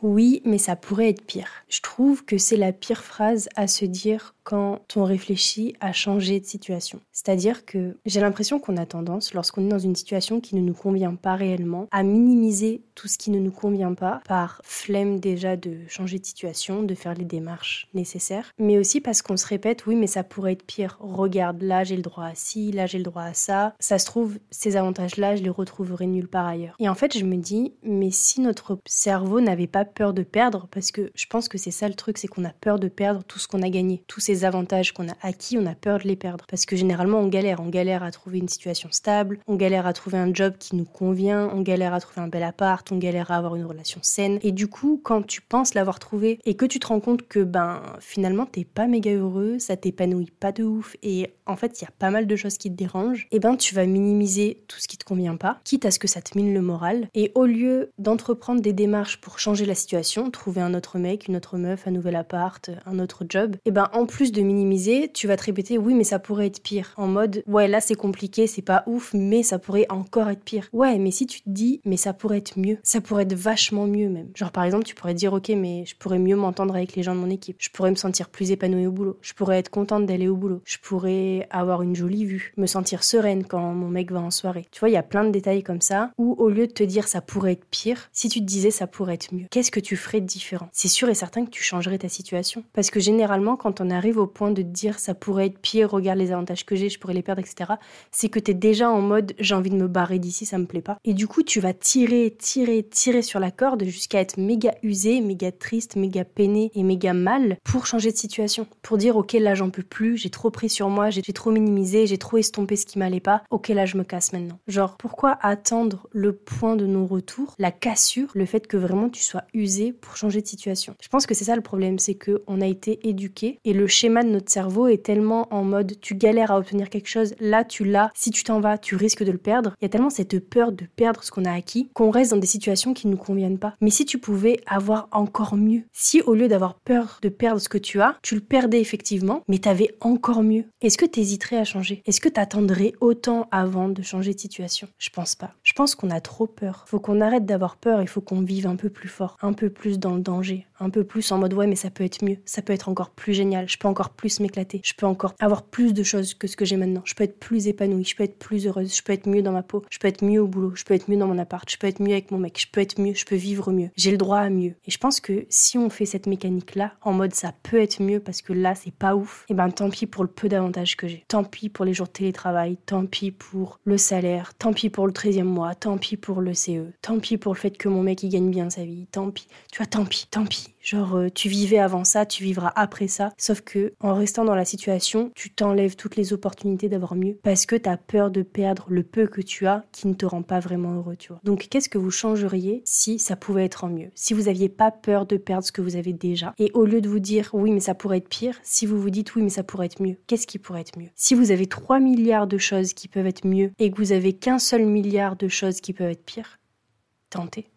Oui, mais ça pourrait être pire. Je trouve que c'est la pire phrase à se dire quand on réfléchit à changer de situation. C'est-à-dire que j'ai l'impression qu'on a tendance, lorsqu'on est dans une situation qui ne nous convient pas réellement, à minimiser tout ce qui ne nous convient pas par flemme déjà de changer de situation, de faire les démarches nécessaires, mais aussi parce qu'on se répète, oui, mais ça pourrait être pire. Regarde, là j'ai le droit à ci, là j'ai le droit à ça. Ça se trouve, ces avantages-là, je les retrouverai nulle part ailleurs. Et en fait, je me dis, mais si notre cerveau n'avait pas peur de perdre, parce que je pense que c'est ça le truc, c'est qu'on a peur de perdre tout ce qu'on a gagné, tous ces avantages qu'on a acquis, on a peur de les perdre. Parce que généralement, on galère à trouver une situation stable, on galère à trouver un job qui nous convient, on galère à trouver un bel appart, on galère à avoir une relation saine. Et du coup, quand tu penses l'avoir trouvé et que tu te rends compte que finalement, t'es pas méga heureux, ça t'épanouit pas de ouf et en fait, il y a pas mal de choses qui te dérangent, et tu vas minimiser tout ce qui te convient pas, quitte à ce que ça te mine le moral. Et au lieu d'entreprendre des démarches pour changer la situation, trouver un autre mec, une autre meuf, un nouvel appart, un autre job, en plus de minimiser, tu vas te répéter oui mais ça pourrait être pire. En mode ouais là c'est compliqué, c'est pas ouf, mais ça pourrait encore être pire. Ouais mais si tu te dis mais ça pourrait être mieux, ça pourrait être vachement mieux même. Genre par exemple tu pourrais te dire ok mais je pourrais mieux m'entendre avec les gens de mon équipe, je pourrais me sentir plus épanouie au boulot, je pourrais être contente d'aller au boulot, je pourrais avoir une jolie vue, me sentir sereine quand mon mec va en soirée. Tu vois, il y a plein de détails comme ça où au lieu de te dire ça pourrait être pire, si tu te disais ça pourrait être mieux, qu'est-ce que tu ferais de différent? C'est sûr et certain que tu changerais ta situation. Parce que généralement, quand on arrive au point de te dire ça pourrait être pire, regarde les avantages que j'ai, je pourrais les perdre, etc., c'est que t'es déjà en mode j'ai envie de me barrer d'ici, ça me plaît pas. Et du coup, tu vas tirer sur la corde jusqu'à être méga usé, méga triste, méga peiné et méga mal pour changer de situation. Pour dire ok là j'en peux plus, j'ai trop pris sur moi, j'ai trop minimisé, j'ai trop estompé ce qui m'allait pas, ok là je me casse maintenant. Genre pourquoi attendre le point de non-retour, la cassure, le fait que vraiment tu sois usé pour changer de situation? Je pense que c'est ça le problème, c'est qu'on a été éduqué et le schéma de notre cerveau est tellement en mode tu galères à obtenir quelque chose, là tu l'as, si tu t'en vas tu risques de le perdre. Il y a tellement cette peur de perdre ce qu'on a acquis qu'on reste dans des situations qui ne nous conviennent pas. Mais si tu pouvais avoir encore mieux, si au lieu d'avoir peur de perdre ce que tu as, tu le perdais effectivement, mais t'avais encore mieux, est-ce que t'hésiterais à changer? Est-ce que t'attendrais autant avant de changer de situation? Je pense pas. Je pense qu'on a trop peur. Faut qu'on arrête d'avoir peur, il faut qu'on vive un peu plus fort, un peu plus dans le danger, un peu plus en mode ouais mais ça peut être mieux, ça peut être encore plus génial, je peux encore plus m'éclater, je peux encore avoir plus de choses que ce que j'ai maintenant, je peux être plus épanouie, je peux être plus heureuse, je peux être mieux dans ma peau, je peux être mieux au boulot, je peux être mieux dans mon appart, je peux être mieux avec mon mec, je peux être mieux, je peux vivre mieux, j'ai le droit à mieux. Et je pense que si on fait cette mécanique là en mode ça peut être mieux parce que là c'est pas ouf, et tant pis pour le peu d'avantages que j'ai, tant pis pour les jours de télétravail, tant pis pour le salaire, tant pis pour le 13e mois, tant pis pour le CE, tant pis pour le fait que mon mec il gagne bien sa vie, tant pis, tu vois, tant pis. Genre tu vivais avant ça, tu vivras après ça, sauf que en restant dans la situation, tu t'enlèves toutes les opportunités d'avoir mieux parce que t'as peur de perdre le peu que tu as qui ne te rend pas vraiment heureux, tu vois. Donc qu'est-ce que vous changeriez si ça pouvait être en mieux? Si vous aviez pas peur de perdre ce que vous avez déjà, et au lieu de vous dire oui mais ça pourrait être pire, si vous vous dites oui mais ça pourrait être mieux, qu'est-ce qui pourrait être mieux? Si vous avez 3 milliards de choses qui peuvent être mieux et que vous avez qu'un seul milliard de choses qui peuvent être pires, tentez.